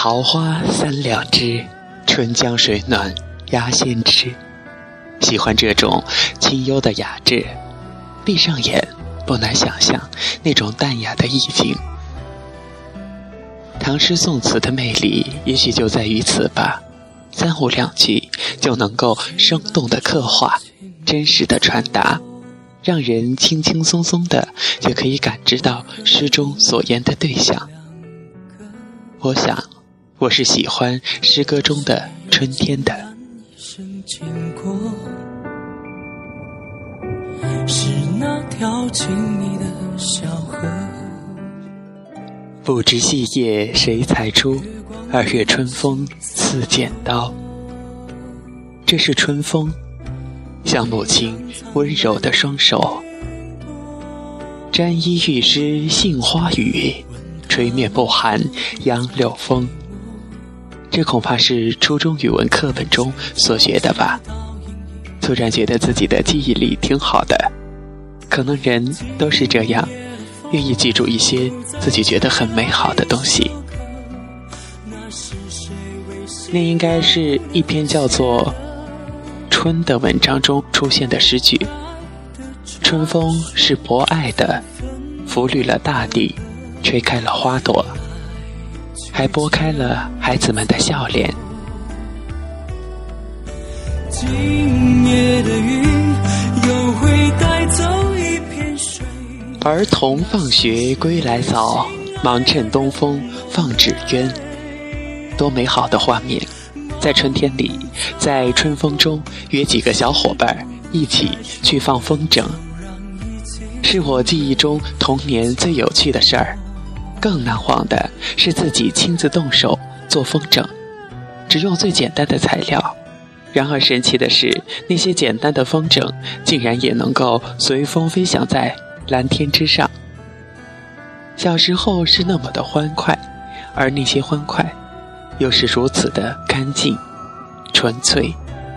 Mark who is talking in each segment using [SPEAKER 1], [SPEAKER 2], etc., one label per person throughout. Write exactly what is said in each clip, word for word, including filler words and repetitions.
[SPEAKER 1] 桃花三两枝，春江水暖鸭先知。喜欢这种清幽的雅致，闭上眼不难想象那种淡雅的意境。唐诗宋词的魅力也许就在于此吧，三五两句就能够生动地刻画，真实地传达，让人轻轻松松的就可以感知到诗中所言的对象。我想我是喜欢诗歌中的春天的。是那条亲你的小河，不知细叶谁裁出，二月春风似剪刀。这是春风，像母亲温柔的双手，沾衣欲湿杏花雨，吹面不寒杨柳风。这恐怕是初中语文课本中所学的吧。突然觉得自己的记忆力挺好的，可能人都是这样，愿意记住一些自己觉得很美好的东西。那应该是一篇叫做《春》的文章中出现的诗句。春风是博爱的，拂绿了大地，吹开了花朵，还拨开了孩子们的笑脸。今夜的云又会带走一片水，儿童放学归来早，忙趁东风放纸鸢。多美好的画面，在春天里，在春风中约几个小伙伴一起去放风筝，是我记忆中童年最有趣的事儿。更难忘的是自己亲自动手做风筝，只用最简单的材料。然而神奇的是，那些简单的风筝竟然也能够随风飞翔在蓝天之上。小时候是那么的欢快，而那些欢快又是如此的干净纯粹。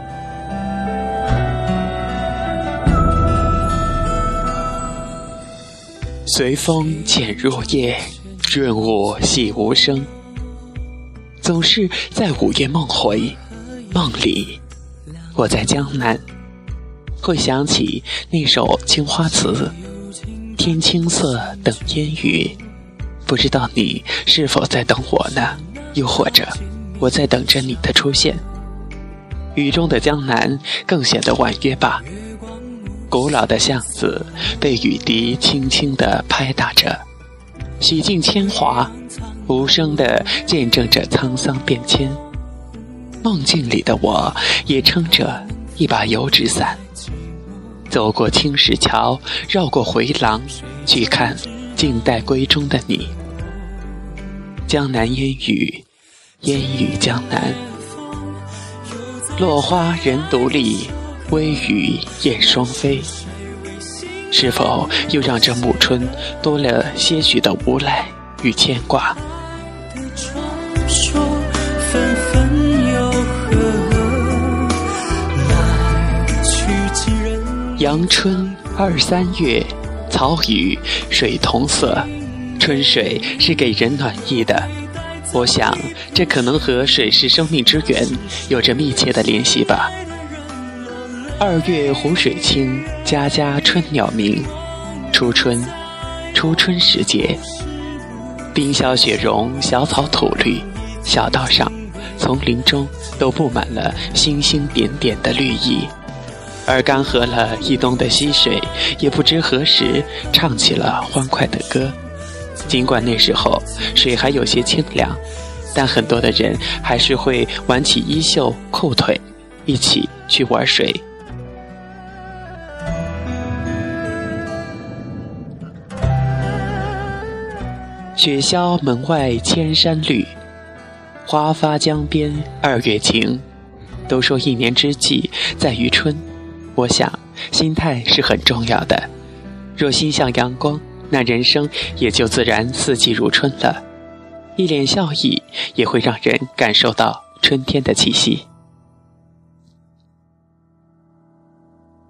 [SPEAKER 1] 随风潜入夜，润物细无声。总是在午夜梦回，梦里我在江南，会想起那首青花瓷，天青色等烟雨。不知道你是否在等我呢？又或者我在等着你的出现。雨中的江南更显得婉约吧。古老的巷子被雨滴轻轻地拍打着，洗尽铅华，无声地见证着沧桑变迁。梦境里的我也撑着一把油纸伞，走过青石桥，绕过回廊，去看静待归中的你。江南烟雨，烟雨江南，落花人独立，微雨燕双飞。是否又让这暮春多了些许的无赖与牵挂？阳春二三月，草雨水同色。春水是给人暖意的，我想这可能和水是生命之源有着密切的联系吧。二月湖水清，家家春鸟鸣。初春，初春时节，冰消雪融，小草吐绿，小道上丛林中都布满了星星点点的绿意。而干涸了一冬的溪水也不知何时唱起了欢快的歌。尽管那时候水还有些清凉，但很多的人还是会挽起衣袖裤腿，一起去玩水。雪消门外千山绿，花发江边二月晴。都说一年之计在于春，我想心态是很重要的。若心向阳光，那人生也就自然四季如春了。一脸笑意也会让人感受到春天的气息。